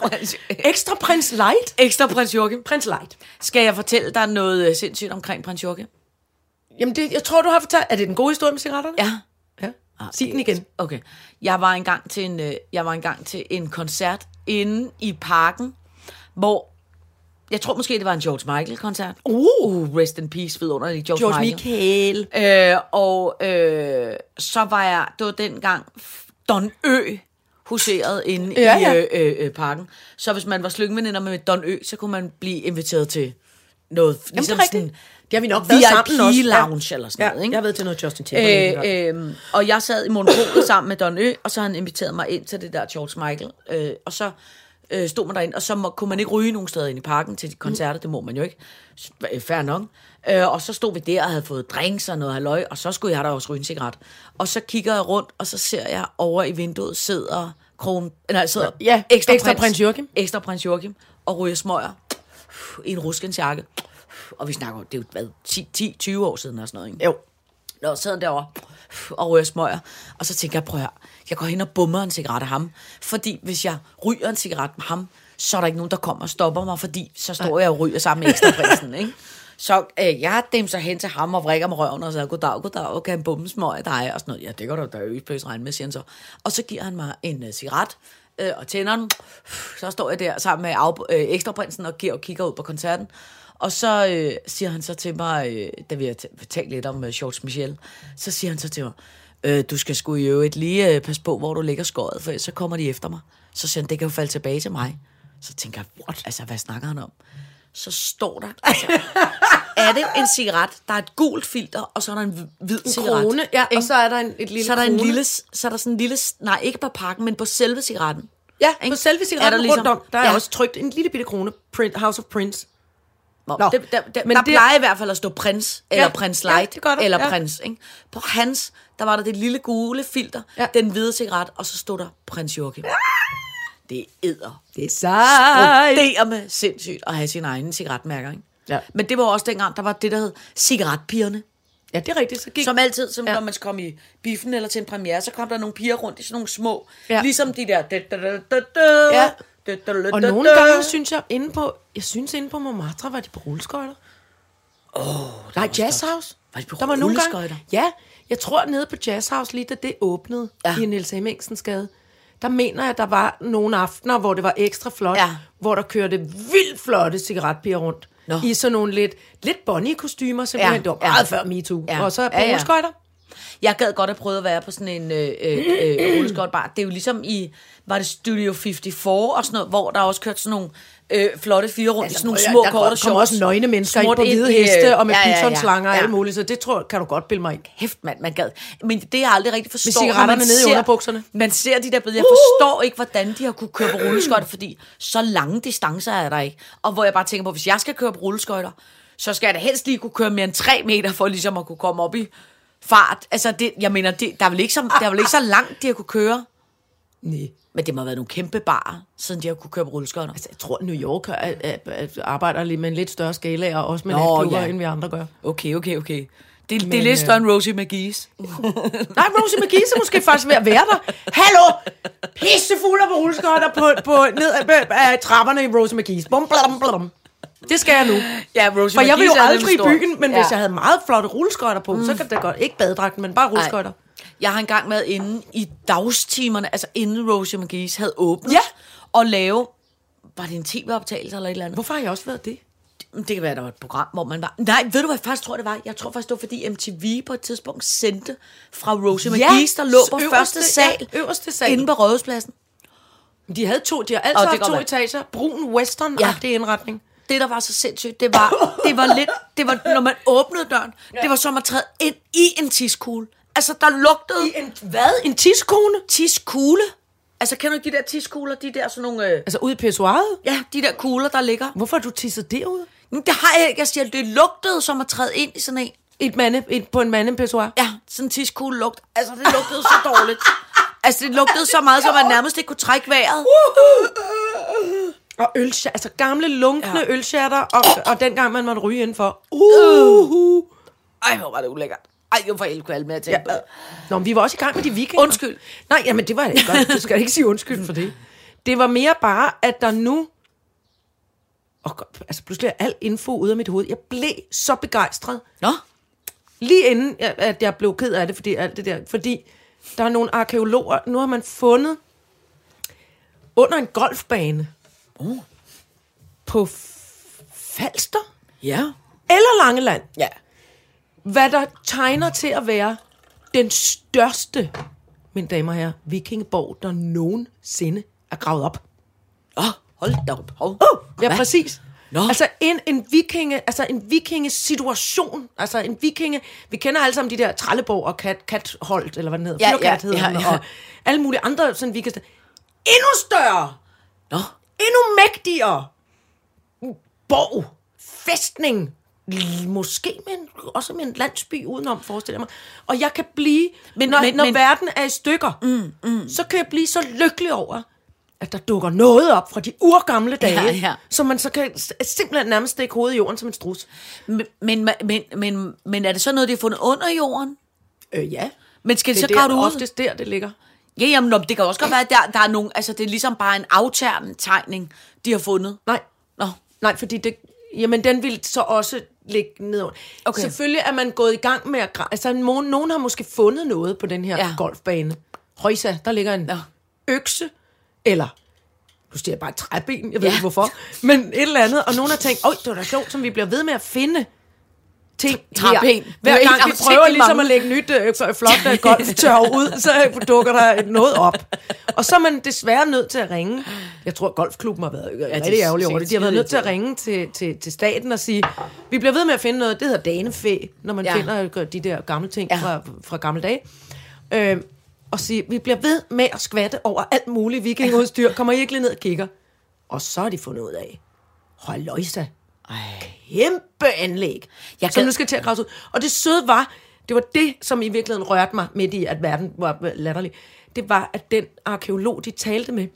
Ekstra prins Light. Ekstra prins Joachim. Prins Light. Skal jeg fortælle dig noget sindssygt omkring prins Joachim? Jamen, det, jeg tror, du har fortalt... Er det den gode historie med cigaretterne? Ja. Ja. Ah, sig den igen. Okay. Jeg var engang til en, jeg var engang til en koncert inde i parken, hvor... Jeg tror måske, det var en George Michael-koncert. Uh, rest in peace, vidunderlig George, George Michael. Michael. Øh, og øh, så var jeg, det var dengang Don Ø huserede inde ja, ja. i øh, øh, parken. Så hvis man var slyngveninder med Don Ø, så kunne man blive inviteret til noget, jamen, ligesom det sådan det har vi nok været sammen også. V I P-lounge eller sådan ja, noget. Ikke? Jeg ved til noget Justin Timberlake. Øh, øh, og jeg sad i monopolet sammen med Don Ø, og så han inviteret mig ind til det der George Michael. Øh, og så øh, stod man derinde, og så må, kunne man ikke ryge nogen steder ind i parken til de koncerter, mm. det må man jo ikke. Fair nok. Øh, og så stod vi der og havde fået drinks og noget halløj, og så skulle jeg da også ryge en cigaret. Og så kigger jeg rundt, og så ser jeg over i vinduet sidder kron, nej, sidder ja, ekstra, ekstra prins, prins Joachim. Ekstra prins Joachim, og ryger smøger i en ruskensjakke. Og vi snakker, det er jo hvad, ti til tyve år siden og sådan noget, ikke? Jo. Nå, så sidder han derovre og ryger smøger. Og så tænker jeg, prøv at høre, jeg går hen og bummer en cigaret af ham. Fordi hvis jeg ryger en cigaret med ham, så er der ikke nogen, der kommer og stopper mig, fordi så står jeg og ryger sammen med ekstra prinsen, ikke? Så øh, jeg dem så hen til ham og vrikker med røven og siger, goddag, goddag, og kan han bumme smøg af dig? Og sådan noget. Ja, det går du da jo ikke pøs regne med, siger han så. Og så giver han mig en uh, cigaret øh, og tænder den. Så står jeg der sammen med af, øh, ekstra prinsen og, og kigger ud på koncerten. Og så øh, siger han så til mig, øh, da vi har talt lidt om øh, George Michael, så siger han så til mig, øh, du skal sgu i øvrigt lige øh, passe på, hvor du ligger skåret, for så kommer de efter mig. Så siger han, det kan jo falde tilbage til mig. Så tænker jeg, what? Altså, hvad snakker han om? Så står der, altså, er det en cigaret, der er et gult filter, og så er der en hvid en cigaret. Krone, ja, og så er der en, et lille så er der krone. en lille, så er der sådan en lille, nej, ikke på pakken, men på selve cigaretten. Ja, ikke? På selve cigaretten der ligesom, rundt om, der er ja. også trykt en lille bitte krone, print, House of Prince. Nå, Nå, det, der, der, men der det- plejer i hvert fald at stå prins, eller Ja, prins ja, light, det gør der, eller ja. prins. Ikke? På hans, der var der det lille gule filter, Ja. den hvide cigaret, og så stod der prins Joachim. Det er æder. Det er sejt. Det er med sindssygt at have sine egne cigaretmærker. Ikke? Ja. Men det var også dengang, der var det, der hed cigaretpigerne. Ja, det er rigtigt. Så gik... Som altid, som Ja. ja. når man kom i biffen eller til en premiere, så kom der nogle piger rundt i sådan nogle små, Ja. ja. ligesom de der... Da, da, da, da, da, Ja. da, da, da, Og da, nogle da. gange synes jeg, inde på, jeg synes inde på Montmartre, var de på rulleskøjter. Åh, oh, nej, Jazz House. Var de på Der var nogle gange, rulleskøjter? ja, jeg tror nede på Jazz House, lige da det åbnede ja. Ja. i Niels Hemmingsens gade, der mener jeg, der var nogle aftener, hvor det var ekstra flot, Ja. hvor der kørte vildt flotte cigaretpiger rundt. Nå. I sådan nogle lidt, lidt Bonnie-kostymer, simpelthen. Ja, Det var ja. meget før MeToo. Ja. Og så på Ja, ja. rulleskøjter. Jeg gad godt have prøvet at være på sådan en øh, øh, øh, rulleskøjtbar. Det er jo ligesom i, var det Studio femoghalvfjerds og sådan noget, hvor der også kørte sådan nogle øh, flotte fire rundt Altså, i sådan nogle prøv at- små der korte kommer shorts. også nøgne mennesker ind Smurt på hvide i, øh, heste, og med ja, ja, ja. pythonslanger og Ja. alt muligt, så det tror, kan du godt bilde mig ind. Hæft, mand, man gad. Men det jeg aldrig rigtig forstår, Med cigaretterne når man nede i ser- underbukserne. Man ser de der billeder. Jeg forstår ikke, hvordan de har kunne køre på rulleskøjter, fordi så lange distancer er der ikke. Og hvor jeg bare tænker på, hvis jeg skal køre på rulleskøjter, så skal jeg da helst lige kunne køre mere end tre meter, for ligesom at kunne komme op i fart. Altså, det, jeg mener, det, der, er vel ikke så, der er vel ikke så langt, de har kunne køre. Nej. Men det må have været nogle kæmpe barer, siden de har kunne køre på rulleskøjter. Altså, jeg tror, New York er, er, er, arbejder lidt med en lidt større skala, og også med Nå, natklubber, ja. end vi andre gør. Okay, okay, okay. Det, det Men, er lidt øh, større end Rosie McGee's. Nej, Rosie McGee's er måske faktisk ved at være der. Hallo! Pissefulder på rulleskøjter på, på, ned ad, ad trapperne i Rosie McGee's. Bum, blum, blum. Det skal jeg nu. Ja, Rosie For jeg vil jo McGee's er aldrig i nemlig stor. byen, men Ja. hvis jeg havde meget flotte rulleskøjter på, mm. så kan det godt. Ikke badedragten, men bare rulleskøjter. Jeg har engang været inde i dagstimerne, altså inden Rosie McGee's havde åbnet, Ja. og lave, var det en tv-optagelse eller et eller andet? Hvorfor har jeg også været det? Det kan være, der var et program, hvor man var... Nej, ved du hvad jeg faktisk tror, det var? Jeg tror faktisk, det var, fordi M T V på et tidspunkt sendte fra Rosie Ja, McGee's, der lå på øverste- første sal, ja, øverste sal. inde på Rådhuspladsen. De havde to, de har altid Og det haft kan to være. etager. Brun western-agtig indretning. Det, der var så sindssygt, det var, det var lidt... Det var, når man åbnede døren, ja. det var som at træde ind i en tiskkugle. Altså, der lugtede... I en, hvad? En tiskone? Tiskkugle? Altså, kender du de der tiskugler? De der sådan nogle... Øh, Altså ude i pissoiret? ja, de der kugler, der ligger. Hvorfor har du tisset derud? Men det har jeg ikke. Jeg siger, det lugtede som at træde ind i sådan en. Et mande, et, på en mandepissoir? Ja, sådan en tidskugle lugt. Altså, det lugtede så dårligt. Altså, det lugtede så meget, så man nærmest ikke kunne trække vejret. Og ølsjatter, altså gamle, lunkne ja. Ja. ølsjatter, og, og dengang man måtte ryge indenfor. Uh, uh. Ej, hvor var det ulækkert. Ej, jeg får helt kvalme med at tænke Ja. på. Nå, men vi var også i gang med de vikinger. Undskyld. Nej, jamen det var ikke godt. Du skal ikke sige undskyld for det. Det var mere bare, at der nu... Og, altså pludselig er al info ude af mit hoved. Jeg blev så begejstret. Nå? Lige inden, jeg- at jeg blev ked af det, fordi alt det der. Fordi der er nogle arkæologer, nu har man fundet under en golfbane Uh. på F- Falster Ja. eller Langeland, Ja. hvad der tegner til at være den største, mine damer og herrer, vikingeborg, der nogensinde er gravet op. Åh, oh, hold da op. Hold. Oh, ja, Hvad? præcis. Nå. Altså en, en vikinge, altså en vikingesituation, altså en vikinge, vi kender alle sammen de der Trelleborg og Kat, Katholt, eller hvad den hedder, Ja, Fyrkat ja, hedder ja, den, ja. og alle mulige andre sådan vikinger. Endnu større, Nå. endnu mægtigere borg, fæstning, l- måske med en, også med en landsby udenom, forestiller jeg mig. Og jeg kan blive, men, når, men- når men- verden er i stykker, mm, mm. så kan jeg blive så lykkelig over, at der dukker noget op fra de urgamle dage, Ja, ja. så man så kan s- simpelthen nærmest stikke hovedet i jorden som en strus. Men, men, men, men, men er det så noget, de har fundet under jorden? Øh, ja. Men skal de Det så er grave det der, ud? oftest der, det ligger. Ja, jamen, nå, det kan også godt være, at der, der er nogen... Altså, det er ligesom bare en afternetegning, de har fundet. Nej, Nå. nej, fordi det, jamen, den vil så også ligge nedover. Okay. Selvfølgelig er man gået i gang med at... gra- Altså, nogen, nogen har måske fundet noget på den her Ja. ja. golfbane. Højsa, der ligger en Ja. økse, eller... Nu siger jeg bare et træben, jeg ved Ja. ikke hvorfor. Men et eller andet, og nogen har tænkt, åh, det var da sjovt, som vi bliver ved med at finde ting Træben. her. Du Hver er en gang af vi de prøver mange. ligesom at lægge nyt øh, flot øh, golftørv ud, så dukker der noget op. Og så er man desværre nødt til at ringe. Jeg tror, golfklubben har været ja, er rigtig ærgerlig over det. De har været nødt til at skide ringe til, til, til staten og sige, vi bliver ved med at finde noget, det hedder danefæ, når man Ja. ja. finder de der gamle ting Ja. ja. fra, fra gamle dage. Øh, og sige, vi bliver ved med at skvatte over alt muligt vikingudstyr. Kommer I ikke lige ned og kigger? Og så har de fundet ud af, højløjsa, Ej. Kæmpe anlæg, Jeg som gad- nu skal til at graves ud. Og det søde var, det var det, som i virkeligheden rørte mig midt i, at verden var latterlig. Det var, at den arkeolog, de talte med,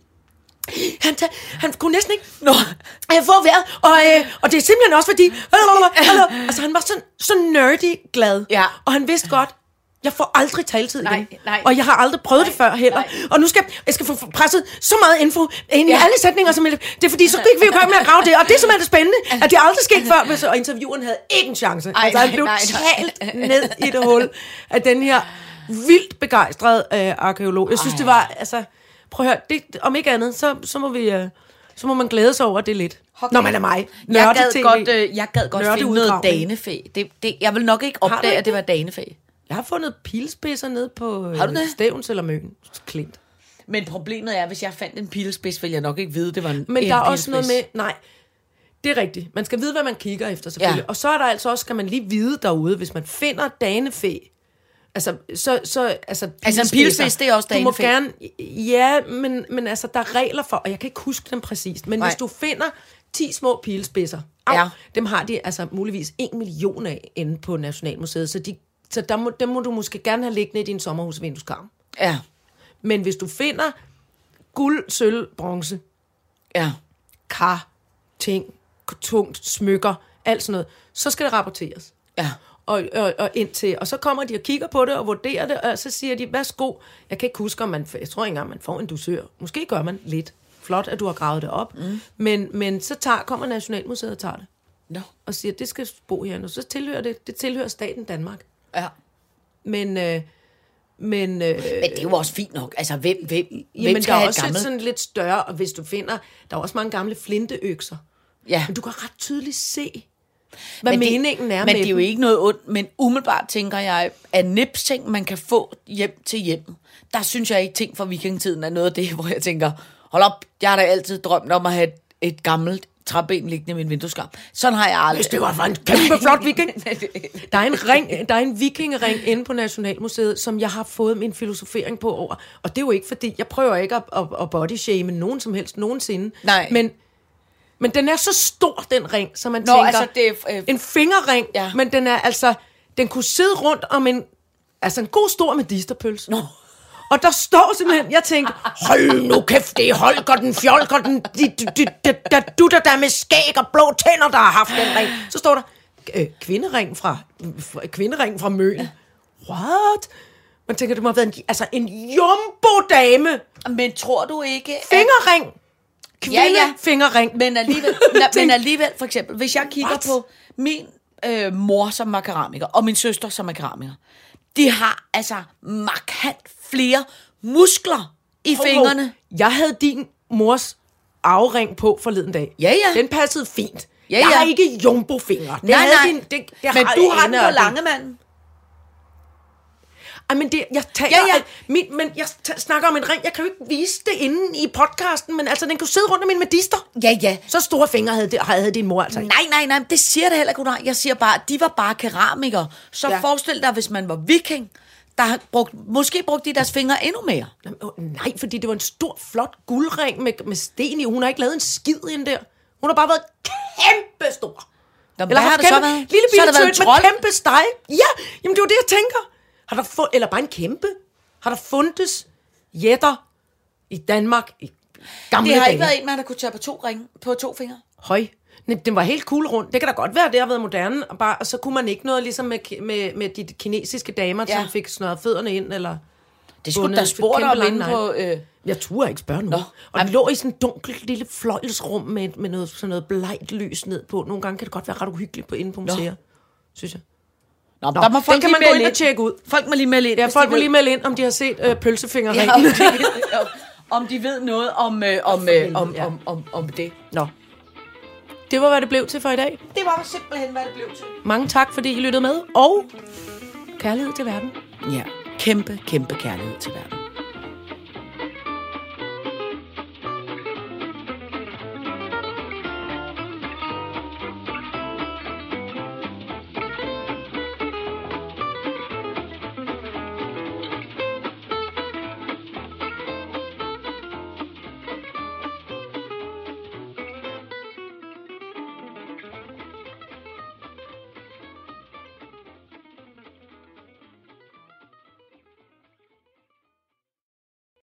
han, ta- han kunne næsten ikke Nå. Jeg får vejret, og, øh, og det er simpelthen også fordi, altså han var sådan, så nerdy glad, Ja. og han vidste godt, jeg får aldrig taletid Nej, igen, nej. og jeg har aldrig prøvet nej, det før heller, nej. Og nu skal jeg skal få presset så meget info ind i Ja. alle sætninger, som det er fordi, så gik vi jo i gang med at grave det, og det som er det spændende, at det aldrig skete før, hvis, og intervieweren havde ikke en chance, Ej, altså han nej, blev nej, nej. talt ned i det hul af den her vildt begejstrede øh, arkeolog. Jeg synes, Ej. det var, altså, prøv at høre, det, om ikke andet, så, så må vi, øh, så må man glæde sig over det lidt, Okay. når man er mig. Jeg Nørdet gad T V. godt, øh, jeg gad godt Nørdet finde noget udgravning. danefæ. Det, det, jeg vil nok ikke Har du opdage, ikke at det var danefæ. Jeg har fundet pilspidser ned på øh, Har du det? Stævns eller Møn. Klint. Men problemet er, hvis jeg fandt en pilspids, ville jeg nok ikke vide, det var en Men en der er også noget pilspids. med, nej, det er rigtigt. Man skal vide, hvad man kigger efter, selvfølgelig. Ja. Og så er der altså også, skal man lige vide derude, hvis man finder danefæ, altså, så, så, altså, Altså, en pilspidser. pilspids, det er også Du må danefæ. gerne, ja, men, men altså, der er regler for, og jeg kan ikke huske dem præcist, men Nej. hvis du finder ti små pilspidser, au, Ja. dem har de altså muligvis en million af inde på Nationalmuseet, så, de, så der må, dem må du måske gerne have liggende i din sommerhusvindueskarm. Ja, Men hvis du finder guld, sølv, bronze, ja. kar, ting, tungt, smykker, alt sådan noget, så skal det rapporteres. Ja. Og, og, og, indtil, og så kommer de og kigger på det og vurderer det, og så siger de, værsgo, jeg kan ikke huske, om man, jeg tror ikke engang, man får en dusør. Måske gør man lidt. Flot, at du har gravet det op. Mm. Men, men så tager, kommer Nationalmuseet og tager det. No. Og siger, det skal bo herinde. Og så tilhører det, det tilhører staten Danmark. Ja. Men, øh, men, øh, Men det er jo også fint nok. Altså, hvem, hvem, hvem jamen, skal der er have også et gammelt? sådan lidt større, og hvis du finder, der er også mange gamle flinteøkser. Ja. Men du kan ret tydeligt se, hvad Men meningen det, er Men med det er jo dem. ikke noget ondt. Men umiddelbart tænker jeg, at nipsting, man kan få hjem til hjemmet, der synes jeg ikke, ting fra vikingetiden er noget af det, hvor jeg tænker, hold op, jeg har da altid drømt om at have et, et gammelt træben liggende i min vindueskarm. Sådan har jeg aldrig. Hvis det var for en kæmpe flot viking. Der er en ring, der er en vikingering inde på Nationalmuseet, som jeg har fået min filosofering på over. Og det er jo ikke fordi, jeg prøver ikke at, at, at bodyshame nogen som helst nogensinde. Nej. Men, men den er så stor, den ring, så man Nå, tænker, altså, det er, øh, en fingerring, ja. men den er altså, den kunne sidde rundt om en, altså en god stor medisterpølse. Nå. Og der står simpelthen, jeg tænker, hold nu kæft, det er Holger den fjolker, den, de, de, de, de, der dutter der med skæg og blå tænder, der har haft den ring. Så står der, øh, kvindering fra, fra, kvindering fra Møn. What? Man tænker, det må have været en, altså en jumbo-dame. Men tror du ikke, at... Fingerring. Kvindefingerring. Men alligevel, na, men alligevel, for eksempel, hvis jeg kigger What? på min øh, mor, som er keramiker, og min søster, som er keramiker, de har altså markant flere muskler i Hov, hov. fingrene. Jeg havde din mors arvering på forleden dag. Ja, ja. Den passede fint. Ja, jeg ja. har ikke jumbo-fingre. Det Nej, havde nej. Din, det, det Men har du har den Anne på og det- Langemanden. Ej, men det, jeg taler, Ja, ja. at Min, men jeg t- snakker om en ring. Jeg kan jo ikke vise det inde i podcasten, men altså, den kunne sidde rundt om min medister. Ja, ja. Så store fingre havde, det, havde din mor altså ikke. Nej, nej, nej, det siger det heller ikke, nej. Jeg siger bare, at de var bare keramikere. Så Ja. ja. Forestil dig, hvis man var viking, der har brugt, måske brugte de deres fingre endnu mere. Jamen, åh, nej, fordi det var en stor, flot guldring med, med sten i. Hun har ikke lavet en skid i den der. Hun har bare været kæmpe stor. Nå, Eller hvad har haft det så kæmpe, været? lille Så har bitte det været en tøt med trold? kæmpe steg. Ja, jamen det er jo det, jeg tænker. Har der fund, eller bare en kæmpe. Har der fundes jætter i Danmark i gamle Det har dage? ikke været en, man har kunne tage på to ringe, på to fingre. Høj. Nej, den var helt cool rundt. Det kan da godt være, det har været moderne. Og, bare, og så kunne man ikke noget ligesom med, med, med de kinesiske damer, ja. Ja. som fik snøret fødderne ind, eller... Det skulle bundet da til spurgt kæmpe om lange inde negle. på... Øh, Jeg turde ikke spørge nogen. Nå. Og det lå i sådan et dunkelt lille fløjelsrum med, med noget, sådan noget blegt lys ned på. Nogle gange kan det godt være ret uhyggeligt på inde på museer, synes jeg. Nå, Nå, der må folk den kan lige man gå melde ind og tjekke ud. Folk må lige melde ind. Ja, hvis folk de må ved- lige melde ind, om de har set øh, pølsefingerringen. Ja, om, de ved, om de ved noget om, øh, om, øh, om, Ja. om, om, om det. Nå. Det var, hvad det blev til for i dag. Det var simpelthen, hvad det blev til. Mange tak, fordi I lyttede med. Og kærlighed til verden. Ja, kæmpe, kæmpe kærlighed til verden.